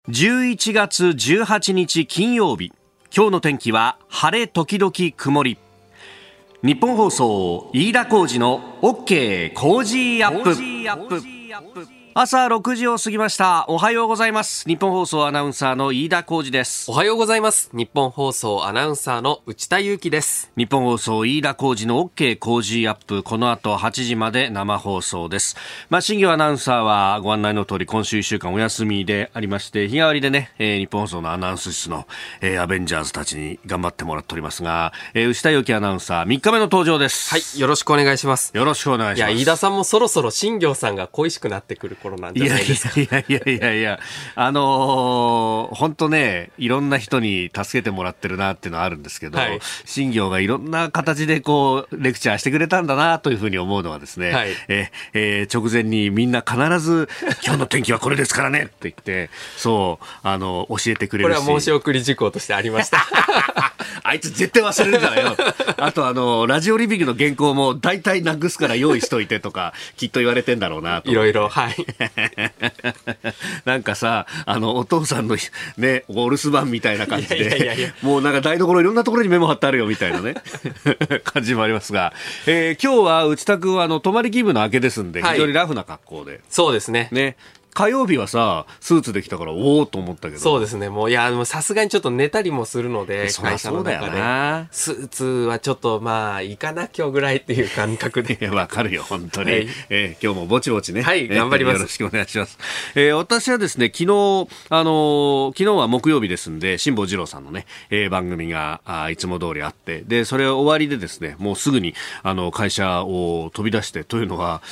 11月18日金曜日、今日の天気は晴れ時々曇り。日本放送飯田浩司の OK 工事アップ。朝6時を過ぎました。おはようございます。日本放送アナウンサーの飯田浩司です。 おはようございます。日本放送アナウンサーの内田裕樹です。 日本放送飯田浩司の OK 工事アップ、この後8時まで生放送です。新業アナウンサーはご案内の通り今週1週間お休みでありまして、日替わりでね、日本放送のアナウンス室の、アベンジャーズたちに頑張ってもらっておりますが、内田裕樹アナウンサー3日目の登場です。 はい、よろしくお願いします。 よろしくお願いします。 いや、飯田さんもそろそろ新業さんが恋しくなってくる頃なんじゃないですか。 いや、本当ね、いろんな人に助けてもらってるなっていうのはあるんですけど、はい、新業がいろんな形でこうレクチャーしてくれたんだなというふうに思うのはですね、はい、直前にみんな必ず今日の天気はこれですからねって言ってそう教えてくれるし、 これは申し送り事項としてありましたあいつ絶対忘れるからよあとラジオリビングの原稿も大体なくすから用意しといてとかきっと言われてんだろうなと。 いろいろ、はいなんかさ、お父さんのね、お留守番みたいな感じで、もうなんか台所いろんなところにメモ貼ってあるよみたいなね、感じもありますが、今日は内田君は泊まり気分の明けですんで、非常にラフな格好で。 そうですね。 火曜日はさスーツで来たからおおと思ったけど。 そうですね。もういやさすがにちょっと寝たりもするので、会社の中でスーツはちょっといいかな今日ぐらいっていう感覚で。 いやわかるよ本当に、はい。今日もぼちぼちね、 はい、頑張ります。 よろしくお願いします。私はですね、昨日は木曜日ですんで辛坊治郎さんのね、番組がいつも通りあって、でそれ終わりでですね、もうすぐに会社を飛び出して、というのは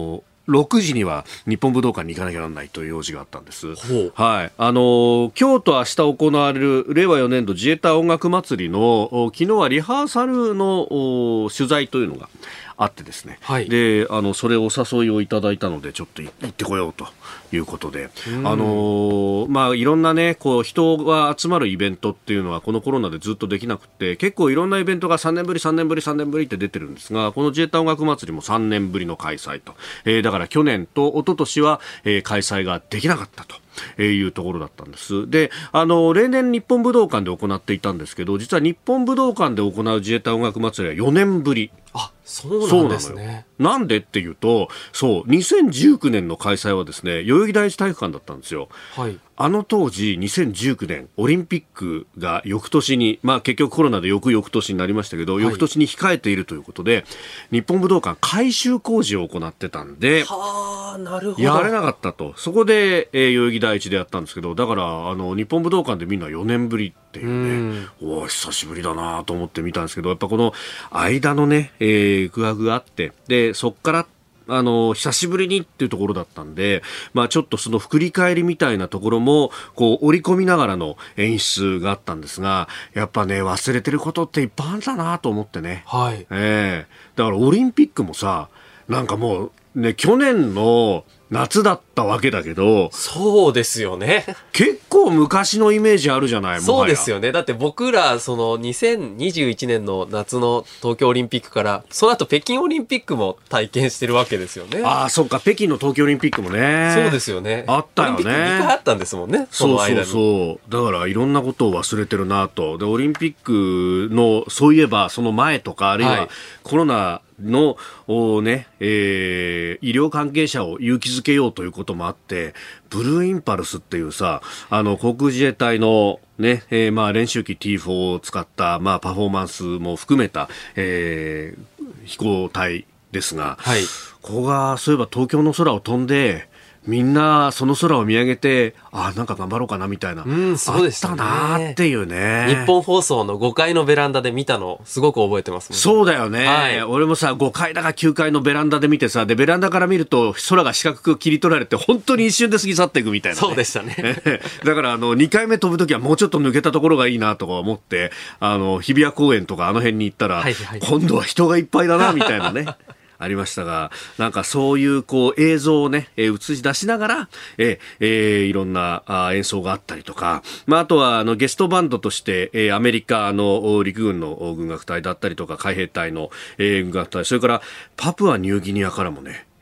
6時には日本武道館に行かなきゃならないという用事があったんです。はい。今日と明日行われる令和4年度自衛隊音楽祭りの昨日はリハーサルの取材というのがあってですね、はい、でそれをお誘いをいただいたのでちょっと行ってこようということで、いろんなねこう人が集まるイベントっていうのはこのコロナでずっとできなくて、結構いろんなイベントが3年ぶりって出てるんですが、この自衛隊音楽祭りも3年ぶりの開催と、だから去年と一昨年は、開催ができなかったというところだったんです。で、例年日本武道館で行っていたんですけど、実は日本武道館で行う自衛隊音楽祭りは4年ぶり。 あ、そうなんですね。 なんでっていうと、2019年の開催はですね、代々木第一体育館だったんですよ。はい。当時2019年オリンピックが翌年に、結局コロナで翌々年になりましたけど、はい、翌年に控えているということで日本武道館改修工事を行ってたんで、 なるほど、 やれなかったと。そこで、代々木第一でやったんですけど、だから日本武道館でみんな4年ぶりっていうね、久しぶりだなと思って見たんですけど、やっぱこの間のね、空白があって、でそっから久しぶりにっていうところだったんで、ちょっとその振り返りみたいなところもこう織り込みながらの演出があったんですが、やっぱね忘れてることっていっぱいあるんだなと思ってね、はい。だからオリンピックもさ、なんかもうね去年の夏だったわけだけど、 そうですよね。 結構昔のイメージあるじゃない。 そうですよね。だって僕らその2021年の夏の東京オリンピックからその後北京オリンピックも体験してるわけですよね。 ああ、そっか、北京の東京オリンピックもね。 そうですよね。 あったよね。 オリンピック2回あったんですもんね。その間に。 そうだからいろんなことを忘れてるなと。でオリンピックのそういえばその前とか、あるいはコロナのね、医療関係者を勇気づけようということもあって、ブルーインパルスっていうさ、航空自衛隊のね、練習機 T4 を使った、パフォーマンスも含めた、飛行隊ですが、はい、ここがそういえば東京の空を飛んで、みんなその空を見上げて、なんか頑張ろうかなみたいな、 そうでしたね、 あったなっていうね。 日本放送の5階のベランダで見たのすごく覚えてますもん。 そうだよね、はい。俺もさ5階だか9階のベランダで見てさ、でベランダから見ると空が四角く切り取られて本当に一瞬で過ぎ去っていくみたいな、ね、 そうでしたねだから2回目飛ぶときはもうちょっと抜けたところがいいなとか思って、日比谷公園とかあの辺に行ったら、今度は人がいっぱいだなみたいなねありましたが、なんかそういうこう映像をね、映し出しながら、いろんな演奏があったりとか、あとはゲストバンドとして、アメリカの陸軍の軍楽隊だったりとか、海兵隊の、軍楽隊、それからパプアニューギニアからもね、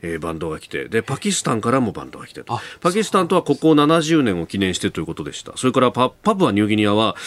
バンドが来て、でパキスタンからもバンドが来てと、パキスタンとはここ70年を記念してということでした。それからパプアニューギニアは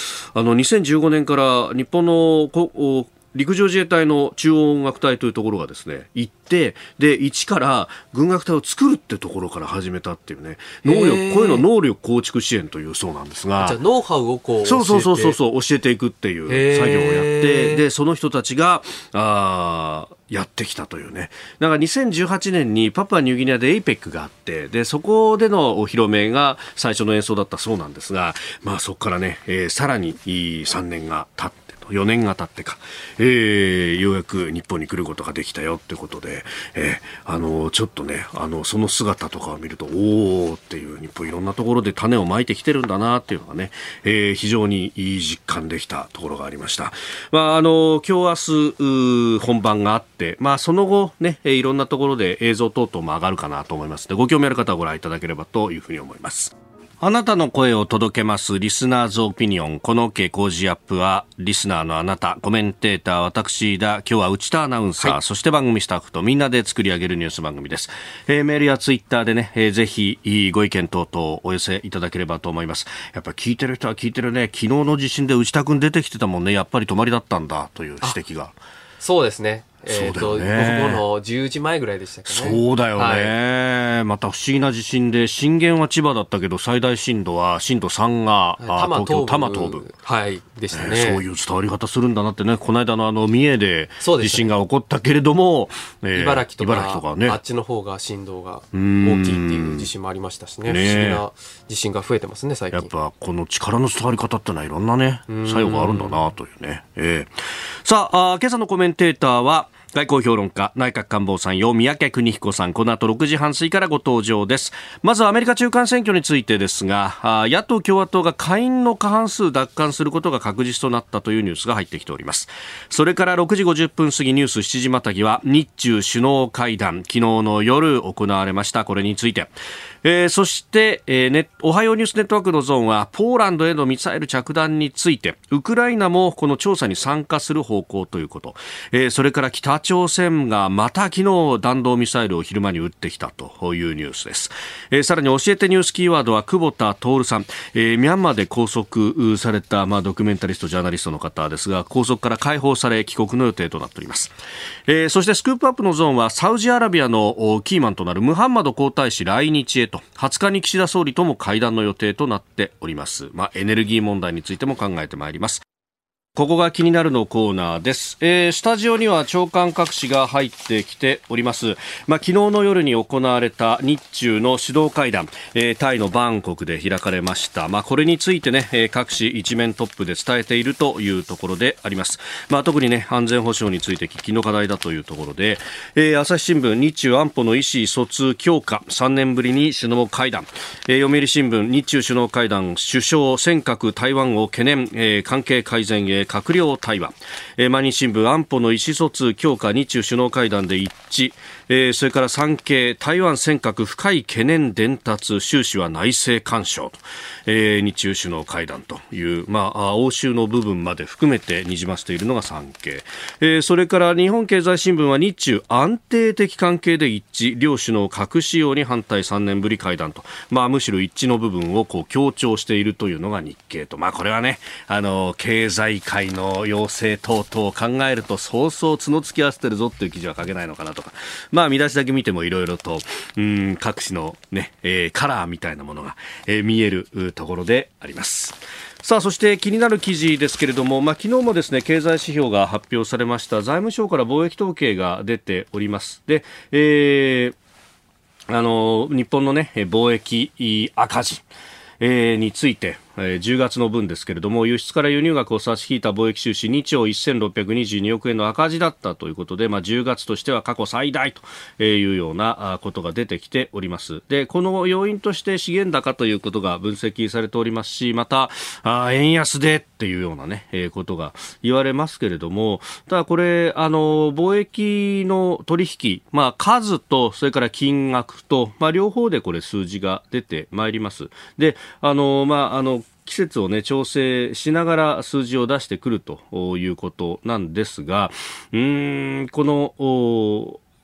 2015年から日本の陸上自衛隊の中央音楽隊というところがですね行って、で一から軍楽隊を作るってところから始めたっていうね、こういうの能力構築支援というそうなんですが、 じゃあノウハウをこうそう教えていくっていう作業をやって、でその人たちがやってきたというね。だから2018年にパプアニューギニアで APEC があって、でそこでのお披露目が最初の演奏だったそうなんですが、まあそこからね、さらに3年が経って4年が経ってか、ようやく日本に来ることができたよってことで、ちょっとねその姿とかを見るとおーっていう、日本いろんなところで種をまいてきてるんだなっていうのがね、非常にいい実感できたところがありました。まあ今日明日本番があって、まあその後ね、いろんなところで映像等々も上がるかなと思いますので、ご興味ある方はご覧いただければというふうに思います。あなたの声を届けますリスナーズオピニオン。この傾向時アップはリスナーのあなた、コメンテーター私だ、今日は内田アナウンサー、はい、そして番組スタッフとみんなで作り上げるニュース番組です。メールやツイッターでね、ぜひご意見等々お寄せいただければと思います。やっぱり聞いてる人は聞いてるね。昨日の地震で内田君出てきてたもんね。やっぱり泊まりだったんだという指摘が。 そうですね。 そうだよね、 午後の10時前ぐらいでしたかね。 そうだよね、はい、また不思議な地震で、震源は千葉だったけど最大震度は震度3が、東京多摩東部、 はい、でしたね。 そういう伝わり方するんだなってね。この間の三重で地震が起こったけれども、 茨城とかね、あっちの方が震動が大きいっていう地震もありましたしね。不思議な地震が増えてますね最近。 やっぱこの力の伝わり方ってのはいろんなね作用があるんだなというね。さあ、今朝のコメンテーターは外交評論家、内閣官房参与、三宅邦彦さん。この後6時半過ぎからご登場です。まずはアメリカ中間選挙についてですが、野党共和党が下院の過半数奪還することが確実となったというニュースが入ってきております。それから6時50分過ぎニュース7時またぎは日中首脳会談、昨日の夜行われました。これについて。そして、おはようニュースネットワークのゾーンはポーランドへのミサイル着弾についてウクライナもこの調査に参加する方向ということ、それから北朝鮮がまた昨日弾道ミサイルを昼間に撃ってきたというニュースです。さらに教えてニュースキーワードは久保田徹さん、ミャンマーで拘束された、ドキュメンタリストジャーナリストの方ですが、拘束から解放され帰国の予定となっております。そしてスクープアップのゾーンはサウジアラビアのキーマンとなるムハンマド皇太子来日へと20日に岸田総理とも会談の予定となっております。エネルギー問題についても考えてまいります。ここが気になるのコーナーです。スタジオには長官各紙が入ってきております。昨日の夜に行われた日中の首脳会談、タイのバンコクで開かれました。これについてね、各紙一面トップで伝えているというところであります。特にね、安全保障について喫緊の課題だというところで、朝日新聞日中安保の意思疎通強化3年ぶりに首脳会談、読売新聞日中首脳会談首相尖閣台湾を懸念、関係改善へ閣僚対話、毎日新聞安保の意思疎通強化日中首脳会談で一致、それから産経台湾尖閣深い懸念伝達習氏は内政干渉と、日中首脳会談という、欧州の部分まで含めてにじませているのが産経、それから日本経済新聞は日中安定的関係で一致、両首脳核使用に反対3年ぶり会談と、むしろ一致の部分を強調しているというのが日経と、これはね、経済界の要請等々を考えるとそうそう角突き合わせてるぞっていう記事は書けないのかなとか、見出しだけ見てもいろいろと各紙のね、カラーみたいなものが、見えるところであります。さあ、そして気になる記事ですけれども、昨日もですね、経済指標が発表されました。財務省から貿易統計が出ております。で、日本のね、貿易赤字について、10月の分ですけれども、輸出から輸入額を差し引いた貿易収支2兆1622億円の赤字だったということで、10月としては過去最大というようなことが出てきております。で、この要因として資源高ということが分析されておりますし、また円安でっていうようなね、ことが言われますけれども、ただこれ貿易の取引、数とそれから金額と、両方でこれ数字が出てまいります。で、季節をね調整しながら数字を出してくるということなんですが、この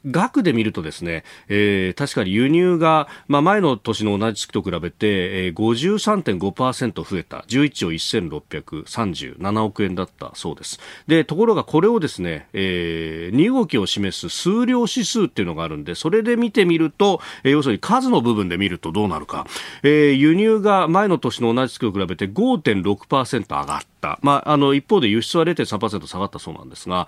額で見るとですね、確かに輸入が、前の年の同じ月と比べて、53.5% 増えた11兆1637億円だったそうです。で、ところがこれをですね、値動きを示す数量指数っていうのがあるんで、それで見てみると、要するに数の部分で見るとどうなるか、輸入が前の年の同じ月と比べて 5.6% 上がった。一方で輸出は 0.3% 下がったそうなんですが、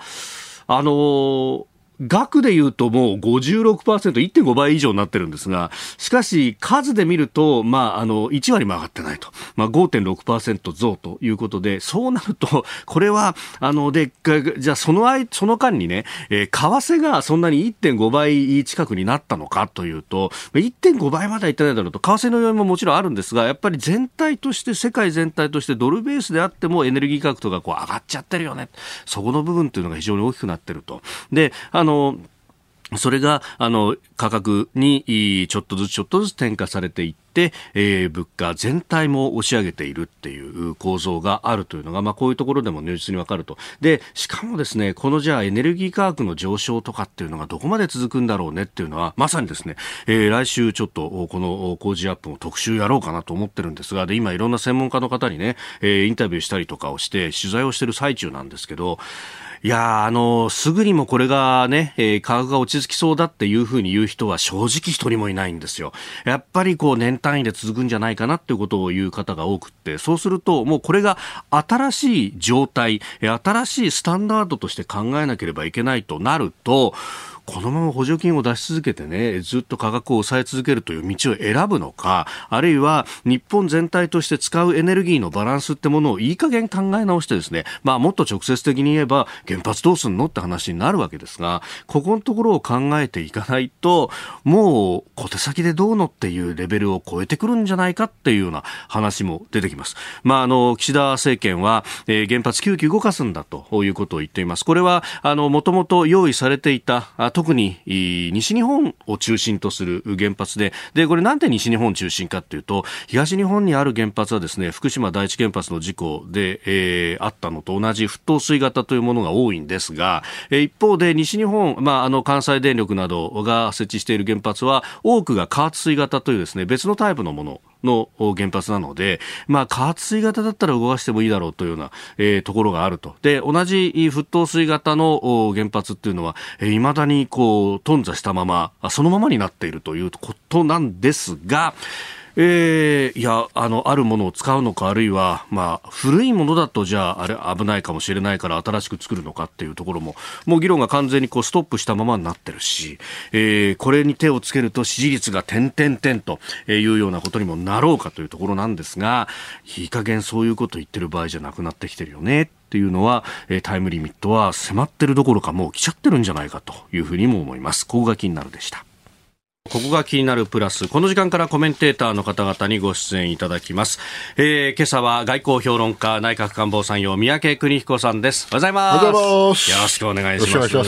額で言うともう 56%、1.5 倍以上になってるんですが、しかし数で見ると、1割も上がってないと。5.6% 増ということで、そうなると、これは、じゃあその間にね、為替がそんなに 1.5 倍近くになったのかというと、1.5 倍まではいってないだろうと、為替の要因ももちろんあるんですが、やっぱり全体として、世界全体としてドルベースであってもエネルギー価格とか上がっちゃってるよね。そこの部分というのが非常に大きくなってると。で、それが価格にちょっとずつ転嫁されていって、物価全体も押し上げているっていう構造があるというのが、こういうところでも如実にわかると。で、しかもですね、このじゃあエネルギー価格の上昇とかっていうのがどこまで続くんだろうねっていうのは、まさにですね、来週ちょっとこの工事アップも特集やろうかなと思ってるんですが、で、今いろんな専門家の方にね、インタビューしたりとかをして取材をしている最中なんですけど、いやすぐにもこれがね、価格が落ち着きそうだっていうふうに言う人は正直一人もいないんですよ。やっぱり年単位で続くんじゃないかなっていうことを言う方が多くって、そうするともうこれが新しい状態、新しいスタンダードとして考えなければいけないとなると、このまま補助金を出し続けてね、ずっと価格を抑え続けるという道を選ぶのか、あるいは日本全体として使うエネルギーのバランスってものをいい加減考え直してですね、もっと直接的に言えば原発どうすんのって話になるわけですが、ここのところを考えていかないと、もう小手先でどうのっていうレベルを超えてくるんじゃないかっていうような話も出てきます。岸田政権は、原発9基動かすんだということを言っています。これはもともと用意されていた特に西日本を中心とする原発で、これなんで西日本中心かというと、東日本にある原発はですね、福島第一原発の事故で、あったのと同じ沸騰水型というものが多いんですが、一方で西日本、関西電力などが設置している原発は多くが加圧水型というですね、別のタイプのものの原発なので、加圧水型だったら動かしてもいいだろうというような、ところがあると。で、同じ沸騰水型の原発っていうのは、未だに頓挫したまま、そのままになっているということなんですが、あるものを使うのか、あるいは、古いものだとじゃあ、あれ危ないかもしれないから新しく作るのかっていうところも、もう議論が完全にストップしたままになってるし、これに手をつけると支持率が点々点というようなことにもなろうかというところなんですが、いい加減そういうこと言ってる場合じゃなくなってきてるよねっていうのは、タイムリミットは迫ってるどころかもう来ちゃってるんじゃないかというふうにも思います。ここが気になるでした。ここが気になるプラス、この時間からコメンテーターの方々にご出演いただきます。今朝は外交評論家、内閣官房参与、三宅邦彦さんです。おはようございます。 おはようございます。 よろしくお願いします。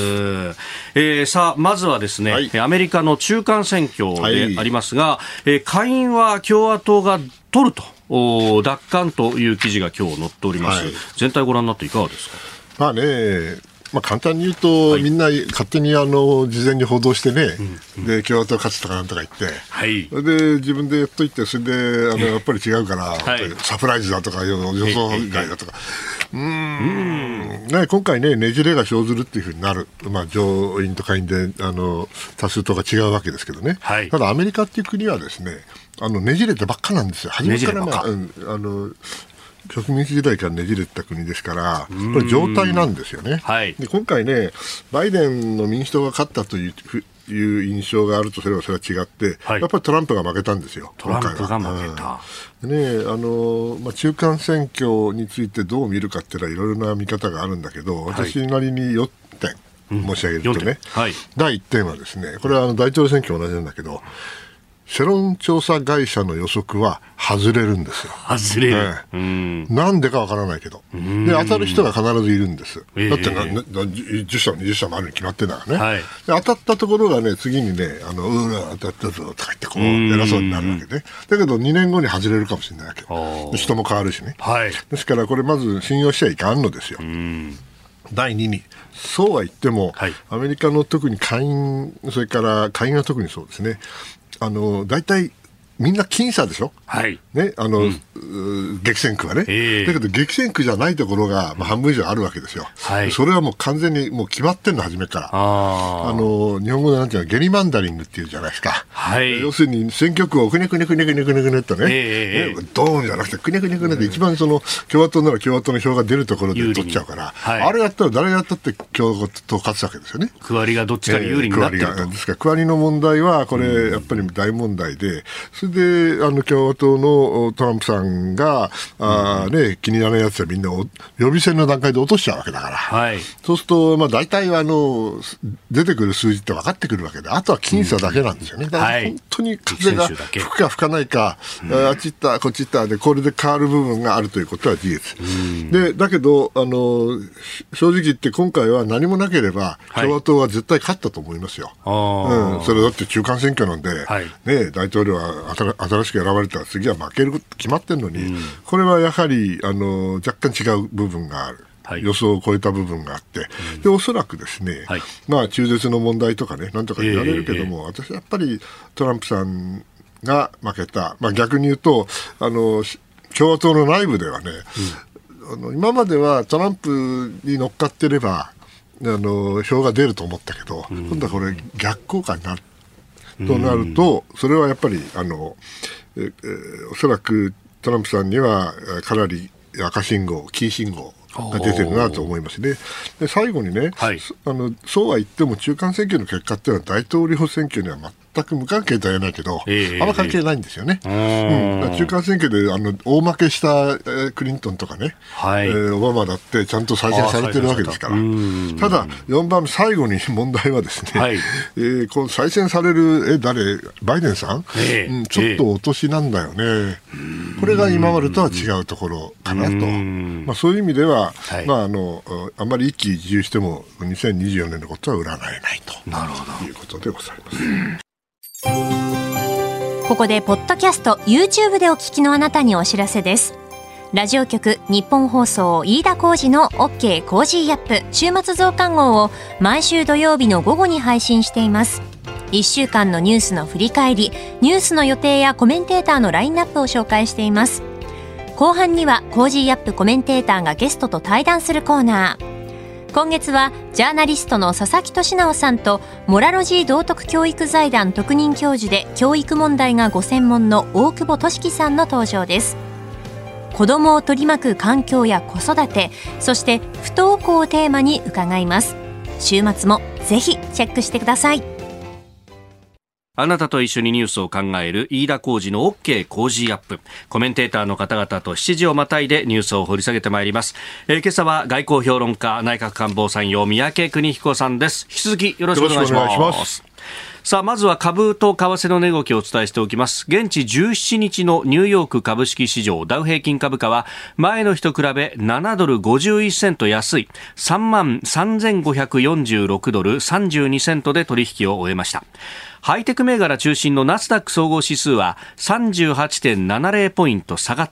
さあ、まずはですね、アメリカの中間選挙でありますが、下院は共和党が取ると、奪還という記事が今日載っております。全体ご覧になっていかがですか？ 簡単に言うと、みんな勝手に事前に報道してね、で共和党勝つとかなんとか言って、それで自分でやっといて、それでやっぱり違うから、サプライズだとか予想外だとか、今回ね、ねじれが生ずるっていうふうになる、上院と下院で多数党が違うわけですけどね、ただアメリカっていう国はですね、ねじれてばっかなんですよ。初めから植民地時代からねじれた国ですから、これ状態なんですよね。で今回ね、バイデンの民主党が勝ったという印象があるとすればそれは違って、やっぱりトランプが負けたんですよ。 トランプが負けた。 中間選挙についてどう見るかっていうのはいろいろな見方があるんだけど、私なりに4点申し上げるとね、第1点はですね、これは大統領選挙同じなんだけど、世論調査会社の予測は外れるんですよ。 外れる、 なんでかわからないけど、で当たる人が必ずいるんです。だって10社も20社もあるに決まってるんだからね、で当たったところがね、次にね、当たったぞとか言って偉そうになるわけね。だけど2年後に外れるかもしれないわけよ。人も変わるしね、ですからこれまず信用しちゃいかんのですよ。 第2に、そうは言っても、はい、アメリカの特に下院、それから下院は特にそうですね、大体みんな僅差でしょ、 はいね、激戦区はね、だけど激戦区じゃないところが、半分以上あるわけですよ、はい、それはもう完全にもう決まってんの、初めから。日本語でなんていうの、ゲリマンダリングっていうじゃないですか、はい、要するに選挙区をくねくねくねくねくねくねっとね、ドーンじゃなくてくねくねくねって、一番その共和党なら共和党の票が出るところで取っちゃうから、はい、あれやったら誰やったって共和党勝つわけですよね。 区割りがどっちかに有利になってると、 ですから区割りの問題はこれやっぱり大問題で、それで共和党のトランプさんが気になるやつはみんな予備選の段階で落としちゃうわけだから、はい、そうすると、大体は出てくる数字って分かってくるわけで、あとは僅差だけなんですよね。だから本当に風が吹くか吹かないか、あっち行ったこっち行ったで、これで変わる部分があるということは事実で、だけど正直言って今回は何もなければ共和党は絶対勝ったと思いますよ、はい、それだって中間選挙なんで、はい、ね、大統領は新しく選ばれたら次は負ける決まってるのに、これはやはり若干違う部分がある、はい、予想を超えた部分があって、でおそらくですね、はい、中絶の問題とかね、なんとか言われるけども、私はやっぱりトランプさんが負けた、逆に言うと共和党の内部ではね、今まではトランプに乗っかってれば票が出ると思ったけど、今度はこれ逆効果になるとなると、それはやっぱりおそらくトランプさんにはかなり赤信号、黄信号が出てるなと思いますね。で最後にね、はい、そうは言っても中間選挙の結果っていうのは大統領選挙には全く無関係とは言えないけど、あんま関係ないんですよね。中間選挙で大負けしたクリントンとかね、はい、オバマだってちゃんと再選されてるわけですから。ただ4番最後に問題はですね、はい、こう再選されるバイデンさん、ちょっとお年なんだよね。これが今までとは違うところかなと。そういう意味では、はい、あんまり一喜一憂しても2024年のことは占えないということでございます。 ここでポッドキャスト YouTube でお聞きのあなたにお知らせです。ラジオ局日本放送飯田浩司の OK コージーアップ週末増刊号を毎週土曜日の午後に配信しています。1週間のニュースの振り返り、ニュースの予定やコメンテーターのラインナップを紹介しています。後半にはコージーアップコメンテーターがゲストと対談するコーナー。今月はジャーナリストの佐々木俊直さんとモラロジー道徳教育財団特任教授で教育問題がご専門の大久保俊樹さんの登場です。子どもを取り巻く環境や子育て、そして不登校をテーマに伺います。週末もぜひチェックしてください。 あなたと一緒にニュースを考える飯田浩司の OK 工事アップ。コメンテーターの方々と7時をまたいでニュースを掘り下げてまいります。今朝は外交評論家内閣官房参与三宅邦彦さんです。引き続きよろしくお願いします。さあ、まずは株と為替の値動きをお伝えしておきます。現地17日のニューヨーク株式市場ダウ平均株価は前の日と比べ7ドル51セント安い 33,546 ドル32セントで取引を終えました。ハイテク銘柄中心のナスダック総合指数は 38.70 ポイント下がって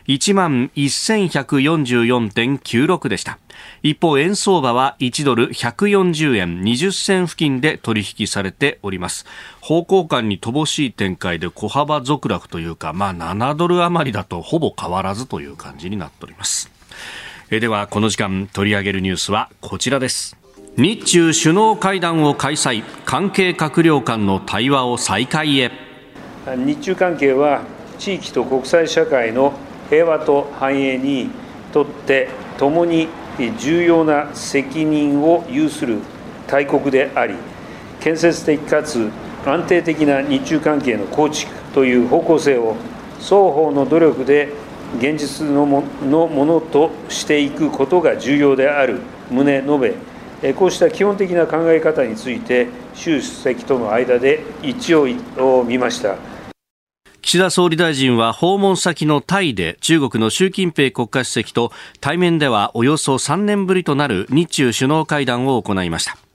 11,144.96 でした。一方、円相場は1ドル140円20銭付近で取引されております。方向感に乏しい展開で小幅続落というか、7ドル余りだとほぼ変わらずという感じになっております。ではこの時間取り上げるニュースはこちらです。日中首脳会談を開催、関係閣僚間の対話を再開へ。 日中関係は地域と国際社会の平和と繁栄にとって共に重要な責任を有する大国であり、建設的かつ安定的な日中関係の構築という方向性を双方の努力で現実のものとしていくことが重要である旨述べ、こうした基本的な考え方について習主席との間で一致を見ました。 岸田総理大臣は訪問先のタイで中国の習近平国家主席と対面ではおよそ3年ぶりとなる日中首脳会談を行いました。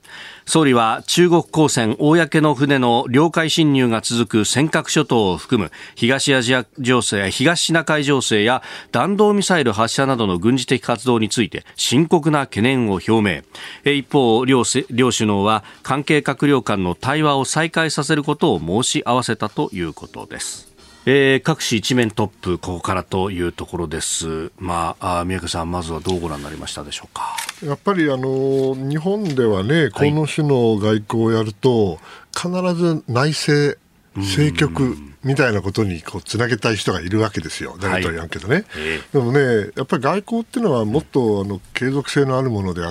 総理は中国公船公の船の領海侵入が続く尖閣諸島を含む東アジア情勢、東シナ海情勢や弾道ミサイル発射などの軍事的活動について深刻な懸念を表明。一方、両首脳は関係閣僚間の対話を再開させることを申し合わせたということです。各紙一面トップ、ここからというところです。宮家さん、まずはどうご覧になりましたでしょうか。 やっぱり日本ではね、この種の外交をやると、必ず内政、政局みたいなことにつなげたい人がいるわけですよ。誰とは言わんけどね。でもね、やっぱり外交っていうのはもっと継続性のあるものであって、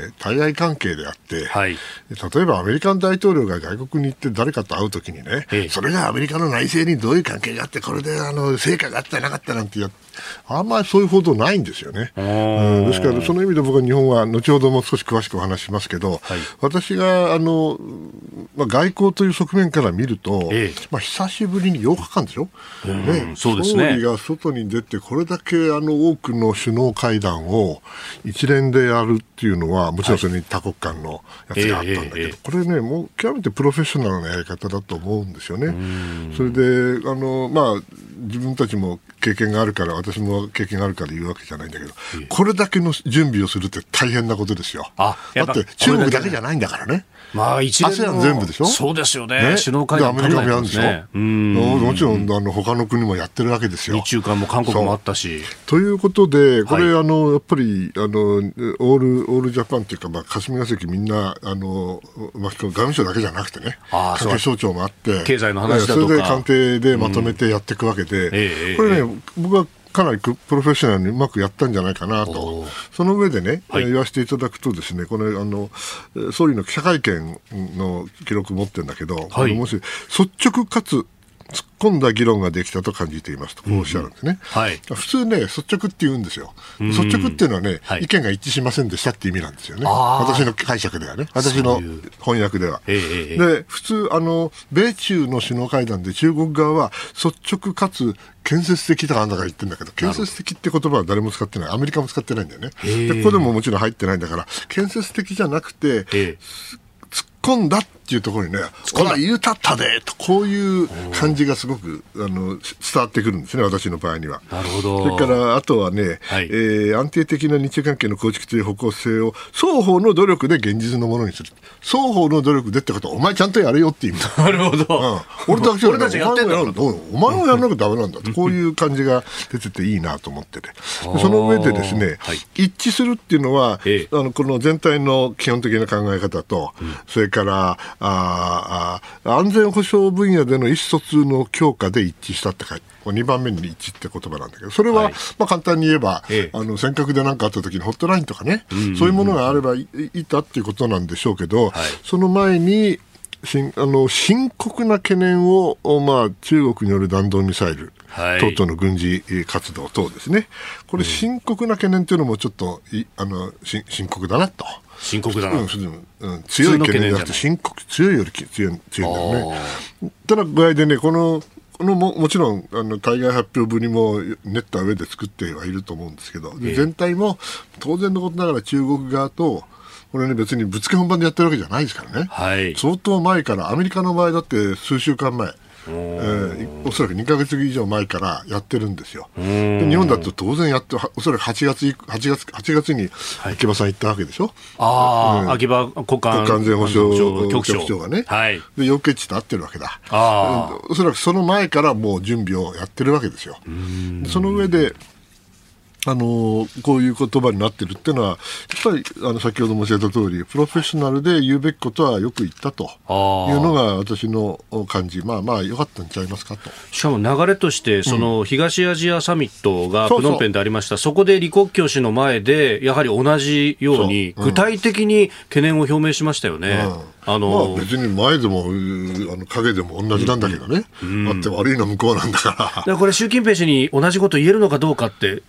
対外関係であって、例えばアメリカの大統領が外国に行って誰かと会うときにね、それがアメリカの内政にどういう関係があって、これで成果があったなかったなんてあんまりそういう報道ないんですよね。ですからその意味で僕は日本は後ほども少し詳しくお話しますけど、私が外交という側面から見ると、久しぶりに8日間でしょ、 そうですね、 総理が外に出てこれだけ多くの首脳会談を一連でやるっていうのは、もちろんそれに多国間のやつがあったんだけど、これね、もう極めてプロフェッショナルなやり方だと思うんですよね。それで自分たちも経験があるから、私も経験があるから言うわけじゃないんだけど、これだけの準備をするって大変なことですよ。だって中国だけじゃないんだからね。ASEAN 全部でしょ。 そうですよね。首脳会談アメリカもやるんでしょ。もちろん他の国もやってるわけですよ。 日中韓も韓国もあったし。 ということで、これ、やっぱりオールジャパンというか、霞が関みんな外務省だけじゃなくてね、関係省庁もあって、 経済の話だとか、 それで官邸でまとめてやっていくわけで、これね、僕はかなりプロフェッショナルにうまくやったんじゃないかなと。その上でね、言わせていただくとですね、これ総理の記者会見の記録持ってるんだけど、もし率直かつ突っ込んだ議論ができたと感じていますと、こうおっしゃるんですね。普通ね、率直って言うんですよ。率直っていうのはね、意見が一致しませんでしたって意味なんですよね。私の解釈ではね、私の翻訳では。で、普通米中の首脳会談で中国側は率直かつ建設的とかなんだか言ってるんだけど、建設的って言葉は誰も使ってない、アメリカも使ってないんだよね。でここでももちろん入ってないんだから、建設的じゃなくて、突っ込んだっていうところにね、ほら言うたったでと、こういう感じがすごく伝わってくるんですね、私の場合には。 なるほど。 それからあとはね、安定的な日中関係の構築という方向性を双方の努力で現実のものにする。双方の努力でってことは、お前ちゃんとやれよっていう意味だ。 なるほど。 俺たちやってんだから、お前はやらなきゃダメなんだと、こういう感じが出てていいなと思ってて、その上でですね、一致するっていうのは、この全体の基本的な考え方と、それから安全保障分野での意思疎通の強化で一致したって書いて、2番目に一致って言葉なんだけど、それは簡単に言えば、尖閣で何かあった時にホットラインとかね、そういうものがあればいたっていうことなんでしょうけど、その前に深刻な懸念を、中国による弾道ミサイル等々の軍事活動等ですね、これ深刻な懸念というのもちょっと深刻だなと。 深刻だな、 強い懸念じゃなくて深刻、強いより強いんだよね。ただ具合でね、もちろん対外発表ぶりも練った上で作ってはいると思うんですけど、全体も当然のことながら中国側とこれね、別にぶつけ本番でやってるわけじゃないですからね、相当前から、アメリカの場合だって数週間前、おそらく2ヶ月以上前からやってるんですよ。で日本だと当然やって、おそらく8月に秋葉さん行ったわけでしょ。 秋葉国家安全保障局長がね、でヨーケッチと会ってるわけだ。おそらくその前からもう準備をやってるわけですよ。その上でこういう言葉になってるっていうのは、やっぱり先ほど申し上げた通り、プロフェッショナルで言うべきことはよく言ったというのが私の感じ。良かったんちゃいますかと。 しかも流れとして、その東アジアサミットがプノンペンでありました。そこで李克強氏の前でやはり同じように具体的に懸念を表明しましたよね。 別に前でも影でも同じなんだけどね、だって悪いの向こうなんだから。 これ習近平氏に同じこと言えるのかどうかって、ちゃんと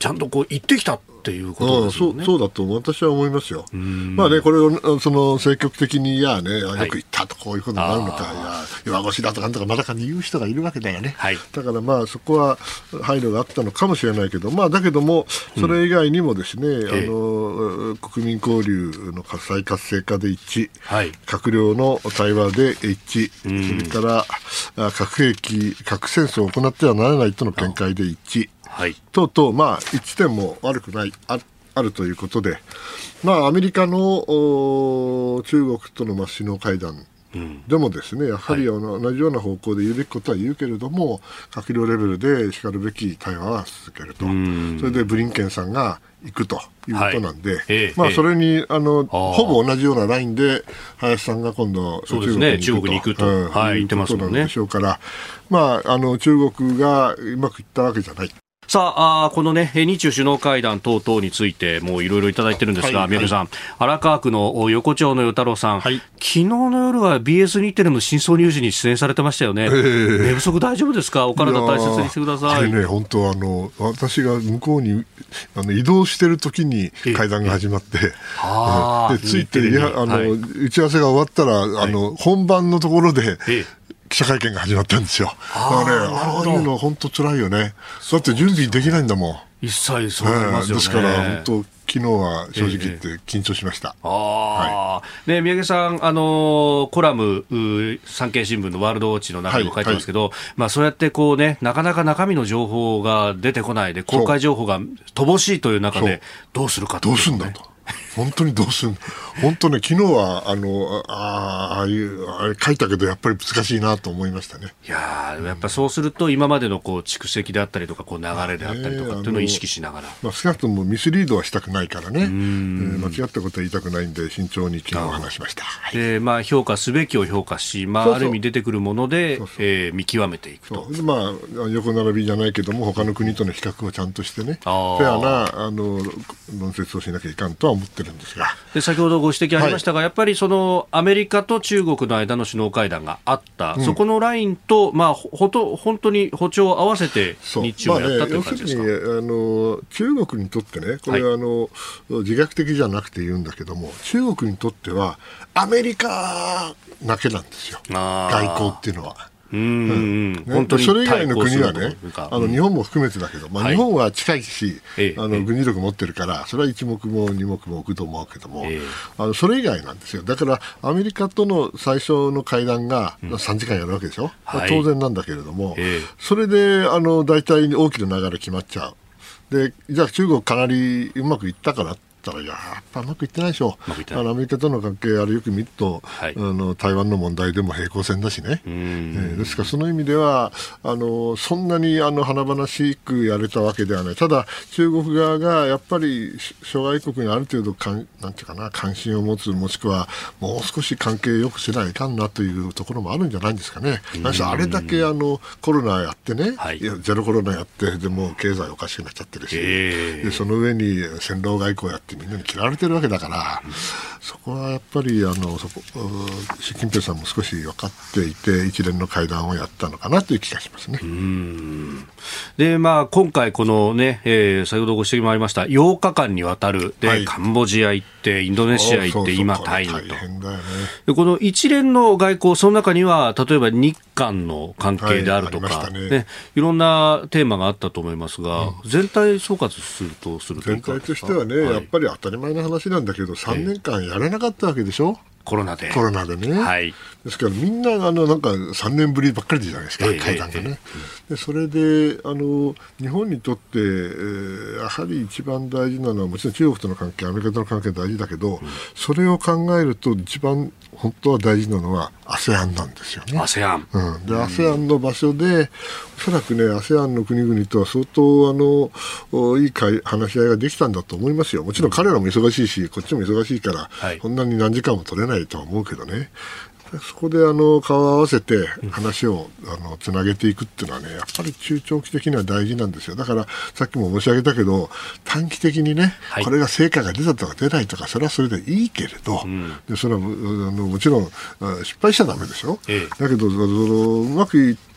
行ってきたっていうことですよね。 そうだと私は思いますよ。まあね、これを積極的によく行ったとこういうことになるのか、弱腰だとかなんとかまだかに言う人がいるわけだよね。だからまあそこは配慮があったのかもしれないけど、だけどもそれ以外にもですね、国民交流の再活性化で一致、閣僚の対話で一致、それから核兵器核戦争を行ってはならないとの見解で一致、と一点も悪くないあるということで、アメリカの中国との首脳会談でもですね、やはり同じような方向で言うべきことは言うけれども、閣僚レベルでしかるべき対話は続けると、それでブリンケンさんが行くということなんで、それにほぼ同じようなラインで林さんが今度中国に行くと言ってますもんね。でしょうから、中国がうまくいったわけじじゃない。 さあ、このね、日中首脳会談等々についてもういろいろいただいてるんですが、宮家さん、荒川区の横丁の与太郎さん、昨日の夜は BS 日テレの深層ニュースに出演されてましたよね。寝不足大丈夫ですか？お体大切にしてください。 本当私が向こうに移動してる時に会談が始まって、でついて打ち合わせが終わったら本番のところで記者会見が始まったんですよ。だからね、ああいうの本当辛いよね。だって準備できないんだもん。 一切そうなりますよね。 ですから本当昨日は正直言って緊張しました。 ね、宮家さんコラム産経新聞のワールドウォッチの中にも書いてますけど、そうやってこうね、なかなか中身の情報が出てこないで公開情報が乏しいという中でどうするかと、 どうするんだと。本当にどうするの。本当ね、昨日はあれ書いたけどやっぱり難しいなと思いましたね。 いややっぱそうすると今までの蓄積であったりとか流れであったりとかっていうのを意識しながら、 少なくともミスリードはしたくないからね、間違ったことは言いたくないんで慎重に昨日話しました。 で評価すべきを評価し、ある意味出てくるもので見極めていくと。 横並びじゃないけども他の国との比較をちゃんとしてね、フェアな論説をしなきゃいかんとは思ってるんですが、 で先ほどご指摘ありましたが、やっぱりアメリカと中国の間の首脳会談があった、そこのラインと、本当に歩調を合わせて日中をやったという感じですか？ 要するに中国にとってね、これは自虐的じゃなくて言うんだけども、中国にとってはアメリカだけなんですよ、外交っていうのは。本当にそれ以外の国はね、日本も含めてだけど、日本は近いし、軍事力持ってるから、それは一目も二目も置くと思うけども、それ以外なんですよ。だからアメリカとの最初の会談が3時間やるわけでしょ、当然なんだけれども、それで大体大きな流れ決まっちゃう。でじゃあ中国かなりうまくいったからやっぱうまくいってないでしょ。アメリカとの関係よく見ると、台湾の問題でも平行線だしね、ですからその意味ではそんなに華々しくやれたわけではない。ただ中国側がやっぱり諸外国にある程度なんていうかな、関心を持つ、もしくはもう少し関係良くしないかんなというところもあるんじゃないんですかね。あれだけコロナやってね、ゼロコロナやってでも経済おかしくなっちゃってるし、でその上に戦狼外交やってみんなに嫌われてるわけだから、そこはやっぱり習近平さんも少し分かっていて一連の会談をやったのかなという気がしますね。 で今回このね、先ほどご指摘もありました8日間にわたるで、カンボジア行ってインドネシア行って今タイにと、でこの一連の外交、その中には例えば日韓の関係であるとか、いろんなテーマがあったと思いますが、全体総括すると全体としてはね、やっぱり当たり前の話なんだけど3年間やれなかったわけでしょ、 コロナでね、ですからみんななんか3年ぶりばっかりじゃないですか、会談がね、でそれで日本にとって、やはり一番大事なのはもちろん中国との関係、アメリカとの関係大事だけど、それを考えると一番本当は大事なのは ASEAN なんですよね。 ASEAN、 で ASEAN の場所でおそらくね ASEAN の国々とは相当いい話し合いができたんだと思いますよ。もちろん彼らも忙しいしこっちも忙しいから、こんなに何時間も取れないとは思うけどね、そこで顔を合わせて話をつなげていくっていうのはね、やっぱり中長期的には大事なんですよ。だからさっきも申し上げたけど短期的にね、これが成果が出たとか出ないとかそれはそれでいいけれど、でそれはもちろん失敗しちゃダメでしょ、だけどうまくいって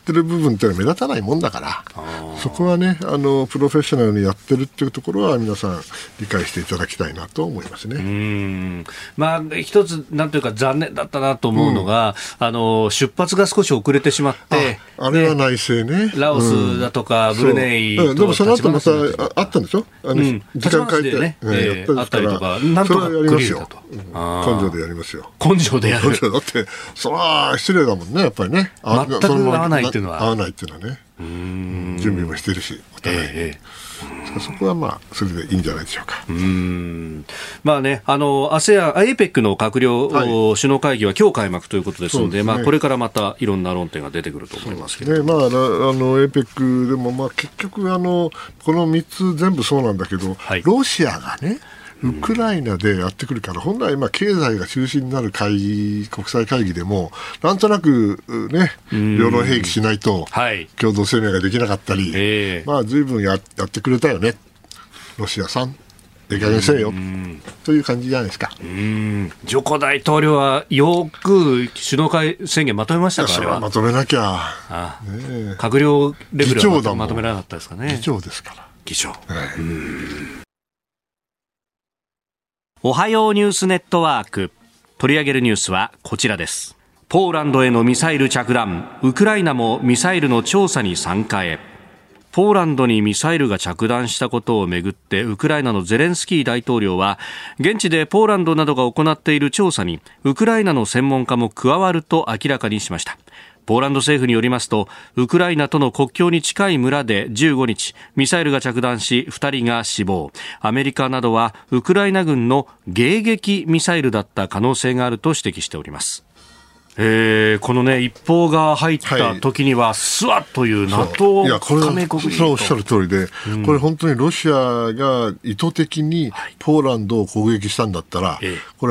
ってる部分っていうのは目立たないもんだから、そこはねプロフェッショナルにやってるっていうところは皆さん理解していただきたいなと思いますね。 まあ、一つなんというか残念だったなと思うのが、出発が少し遅れてしまって、 あれは内政ね、 ラオスだとか、ブルネイとでもその後またあったんでしょ、時間変えて、 ねあったりとか、なんとかクリアだと、 根性でやりますよ。 根性でやる。 だってそれは失礼だもんね、やっぱりね。 全く合わないっていうのは。 合わないっていうのはね。準備もしてるし、お互い。そこはまあそれでいいんじゃないでしょうか。 まあね、ASEAN、APEC の閣僚、首脳会議は今日開幕ということですので、まあこれからまたいろんな論点が出てくると思いますけど。 まあAPEC でもまあ結局この3つ全部そうなんだけど、ロシアがね。ウクライナでやってくるから、本来経済が中心になる国際会議でもなんとなくね、両論併記しないと共同声明ができなかったり、まあ随分やってくれたよね、ロシアさんいい加減せえよという感じじゃないですか。 ジョコ大統領はよく首脳会宣言まとめましたか。あれはまとめなきゃ、 閣僚レベルはまとめなかったですかね。 議長ですから。 議長。おはようニュースネットワーク、取り上げるニュースはこちらです。ポーランドへのミサイル着弾、ウクライナもミサイルの調査に参加へ。ポーランドにミサイルが着弾したことをめぐってウクライナのゼレンスキー大統領は現地でポーランドなどが行っている調査にウクライナの専門家も加わると明らかにしました。ポーランド政府によりますと、ウクライナとの国境に近い村で15日ミサイルが着弾し2人が死亡。アメリカなどはウクライナ軍の迎撃ミサイルだった可能性があると指摘しております。このね、一報が入った時には、スワッという NATO 加盟国にそれはおっしゃる通りで、これ本当にロシアが意図的にポーランドを攻撃したんだったら、これ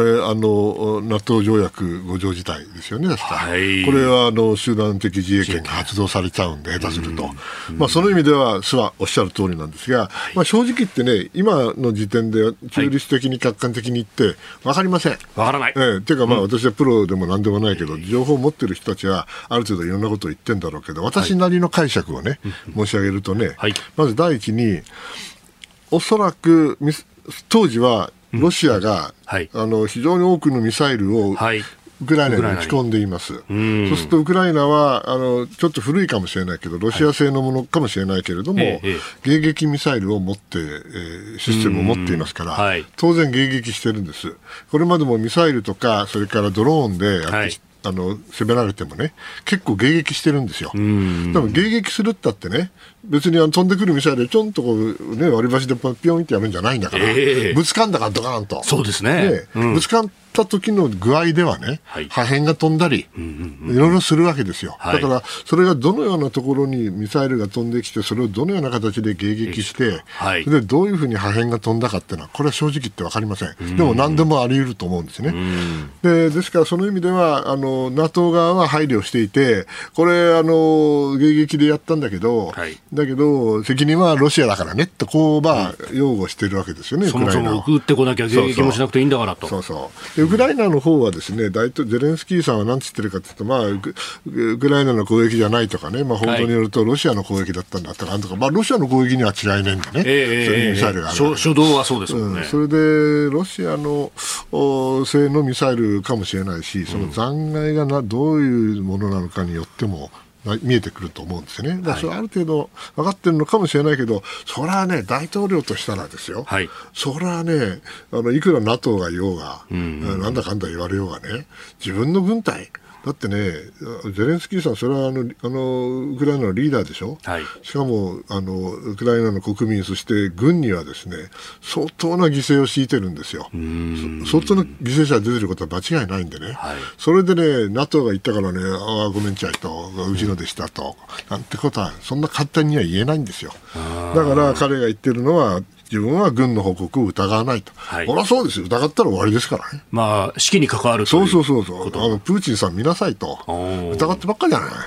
NATO 条約5条自体ですよね、確か。これは集団的自衛権が発動されちゃうんで、下手すると。まあその意味では、スワおっしゃる通りなんですが、まあ正直言ってね、今の時点で中立的に客観的に言って分かりません。 分からない。 っていうかまあ私はプロでも何でもないけど、情報を持っている人たちはある程度いろんなことを言ってるんだろうけど、私なりの解釈をね、申し上げるとね、まず第一におそらく当時はロシアが、非常に多くのミサイルをウクライナに打ち込んでいます。そうするとウクライナはちょっと古いかもしれないけど、ロシア製のものかもしれないけれども、迎撃ミサイルを持って、システムを持っていますから、当然迎撃してるんです。これまでもミサイルとかそれからドローンでやってきて、攻められてもね、結構迎撃してるんですよ。でも迎撃するったってね、別に飛んでくるミサイルでちょんとこう、ね、割り箸でピョンってやるんじゃないんだから、ぶつかんだからドカーンと。 そうですね。 ぶつかった時の具合ではね、破片が飛んだり、いろいろするわけですよ。だから、それがどのようなところにミサイルが飛んできて、それをどのような形で迎撃して、でどういうふうに破片が飛んだかっていうのは、これは正直言って分かりません。でも何でもあり得ると思うんですね。ですから、その意味では、NATO 側は配慮していて、これ、迎撃でやったんだけど、責任はロシアだからねって、こう、擁護してるわけですよね、 そもそも撃ってこなきゃ迎撃もしなくていいんだからと。 でウクライナの方はですね、ゼレンスキーさんは何て言ってるかというと、ウクライナの攻撃じゃないとかね、報道によるとロシアの攻撃だったんだとか、ロシアの攻撃には違いないんだね、そういうミサイルがある。 初動はそうですもんね。 それでロシアの製のミサイルかもしれないし、その残骸がどういうものなのかによっても見えてくると思うんですよね。だからそれある程度分かってるのかもしれないけど、それはね、大統領としたらですよ、それはね、いくら NATO が言おうが、なんだかんだ言われようがね、自分の軍隊だってね、ゼレンスキーさん、それはウクライナのリーダーでしょ、しかもウクライナの国民、そして軍にはですね、相当な犠牲を強いてるんですよ。相当な犠牲者が出てることは間違いないんでね、それでね、NATO が言ったからね、ごめんちゃいと、うちのでしたと、なんてことは、そんな簡単には言えないんですよ。だから彼が言ってるのは、自分は軍の報告を疑わないと。これはそうですよ。疑ったら終わりですからね。 指揮に関わるということ。 そう。プーチンさん見なさいと。疑ってばっかりじゃない。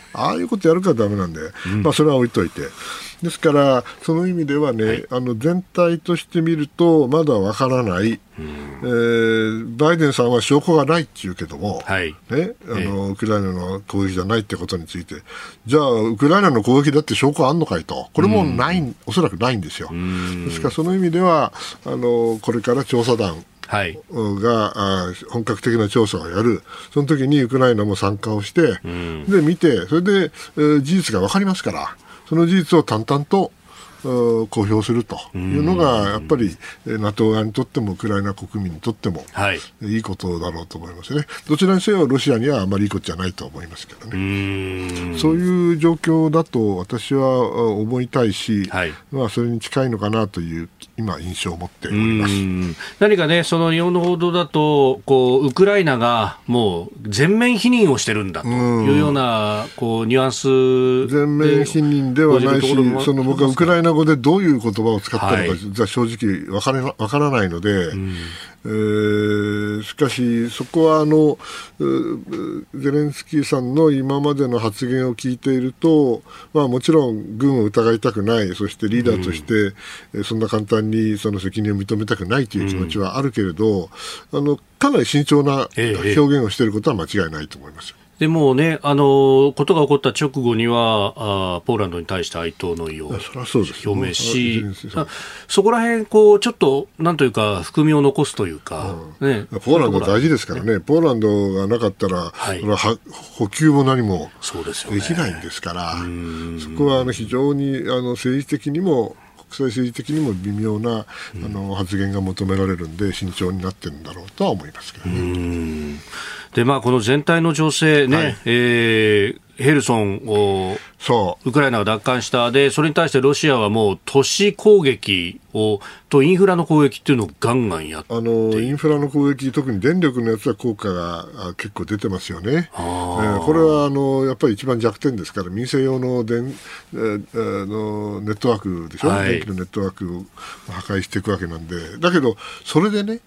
ああいうことやるからダメなんで、それは置いといて。ですから、その意味ではね、全体として見ると、まだわからない、バイデンさんは証拠がないって言うけども、ウクライナの攻撃じゃないってことについて、じゃあ、ウクライナの攻撃だって証拠あんのかいと、これもない、おそらくないんですよ。ですから、その意味では、これから調査団、が本格的な調査をやる、その時にウクライナも参加をして、で見て、それで、事実が分かりますから、その事実を淡々と公表するというのがやっぱり NATO 側にとってもウクライナ国民にとってもいいことだろうと思いますね。どちらにせよロシアにはあまりいいことじゃないと思いますけどね。そういう状況だと私は思いたいし、それに近いのかなという今印象を持っております。 何かね、その日本の報道だとウクライナがもう全面否認をしてるんだというようなニュアンスで全面否認ではないし、その僕はウクライナ語でどういう言葉を使ったのか、じゃ正直わからないので、しかしそこはゼレンスキーさんの今までの発言を聞いていると、もちろん軍を疑いたくない、そしてリーダーとして、そんな簡単にその責任を認めたくないという気持ちはあるけれど、かなり慎重な表現をしていることは間違いないと思いますよ。 でもね、ことが起こった直後にはポーランドに対して哀悼の意を表明し、そこら辺ちょっとなんというか含みを残すというか、 ポーランド大事ですからね。ポーランドがなかったら、補給も何もできないんですから、そこは非常に政治的にも国際政治的にも微妙な発言が求められるんで慎重になってるんだろうとは思いますけどね。 でこの全体の情勢ね、ヘルソンをウクライナが奪還したで、それに対してロシアはもう都市攻撃とインフラの攻撃っていうのをガンガンやってインフラの攻撃、特に電力のやつは効果が結構出てますよね。これはやっぱり一番弱点ですから、民生用のネットワークでしょ、電気のネットワークを破壊していくわけなんで、だけどそれで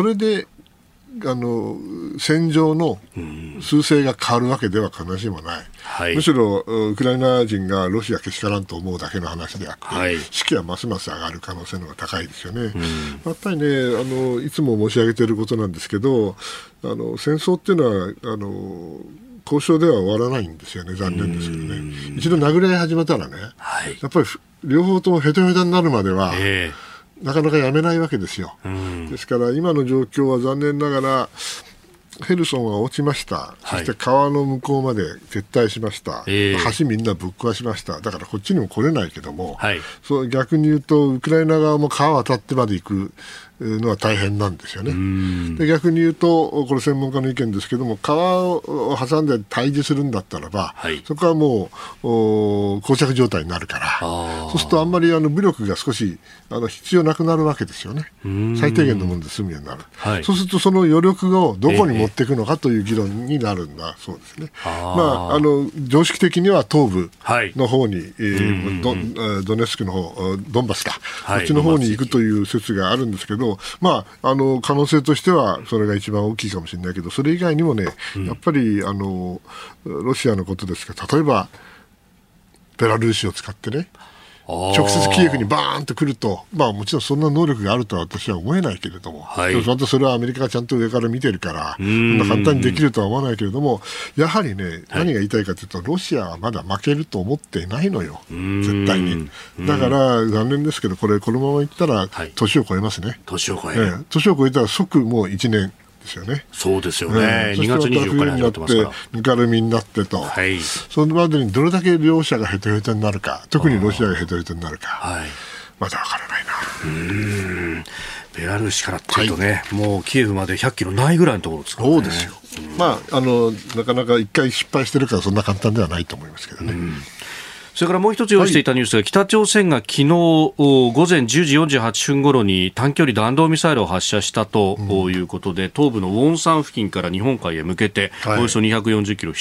戦場の趨勢が変わるわけでは必ずしもない、むしろウクライナ人がロシアけしからんと思うだけの話であって、士気はますます上がる可能性の方が高いですよね。やっぱりね、いつも申し上げていることなんですけど、戦争っていうのは交渉では終わらないんですよね。残念ですけどね。一度殴り合い始めたらね、やっぱり両方ともヘトヘトになるまでは、なかなかやめないわけですよ。ですから今の状況は残念ながらヘルソンは落ちました、そして川の向こうまで撤退しました、橋みんなぶっ壊しました。だからこっちにも来れないけども、そう逆に言うとウクライナ側も川渡ってまで行くのは大変なんですよね。で逆に言うと、これ専門家の意見ですけども、川を挟んで対峙するんだったらば、そこはもう膠着状態になるから、そうするとあんまり武力が少し必要なくなるわけですよね。最低限のもので済むようになる、そうするとその余力をどこに持っていくのかという議論になるんだそうですね。常識的には東部の方に、ドネツクの方、ドンバスか、こっちの方に行くという説があるんですけど、可能性としてはそれが一番大きいかもしれないけど、それ以外にもね、やっぱりロシアのことですが、例えばベラルーシを使ってね、直接キエフにバーンと来ると、もちろんそんな能力があるとは私は思えないけれども、でもまたそれはアメリカがちゃんと上から見てるから、そんな簡単にできるとは思わないけれども、やはりね、何が言いたいかというと、ロシアはまだ負けると思っていないのよ、絶対に。だから残念ですけど、このままいったら年を越えますね。 年を越える。 年を越えたら即もう1年。ですよね。 そうですよね。2月24日に始まってますから。 ぬかるみになってと、そのまでにどれだけ両者がヘトヘトになるか、特にロシアがヘトヘトになるか、まだわからないな。 ベラルーシからっていうとね、もうキエフまで100キロないぐらいのところですからね。 そうですよ。なかなか一回失敗してるからそんな簡単ではないと思いますけどね。 それからもう一つ用意していたニュースが、北朝鮮が昨日午前10時48分頃に短距離弾道ミサイルを発射したということで、東部のウォンサン付近から日本海へ向けておよそ240キロ飛翔と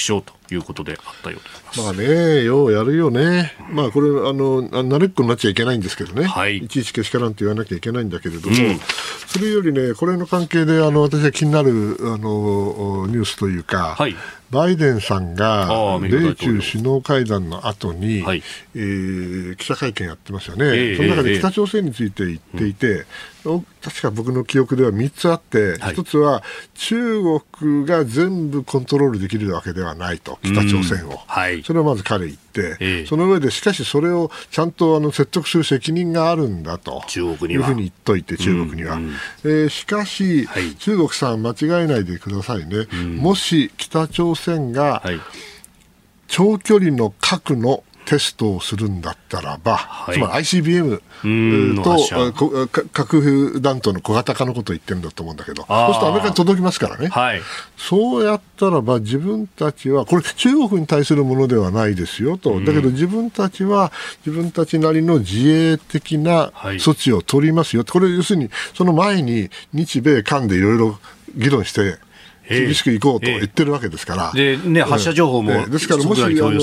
いうことであったようです。 まあね、ようやるよね。まあこれ慣れっこになっちゃいけないんですけどね、はい、いちいちけしからんと言わなきゃいけないんだけれども、それよりね、これの関係で私は気になるニュースというか、はい、バイデンさんが米中首脳会談の後に、はい、記者会見やってますよね、その中で北朝鮮について言っていて、確か僕の記憶では3つあって、はい、1つは中国が全部コントロールできるわけではないと、北朝鮮を、はい、それをまず彼言って、その上でしかしそれをちゃんと説得する責任があるんだというふうに言っといて、中国には、しかし、はい、中国さん間違えないでくださいね、もし北朝鮮が長距離の核のテストをするんだったらば、はい、つまり ICBM と核弾頭の小型化のことを言ってるんだと思うんだけど、そうするとアメリカに届きますからね、はい、そうやったらば自分たちはこれ中国に対するものではないですよと、だけど自分たちは自分たちなりの自衛的な措置を取りますよ、これ要するにその前に日米韓でいろいろ議論して厳しくいこうと言ってるわけですから、 でね、発射情報も、 ですからもし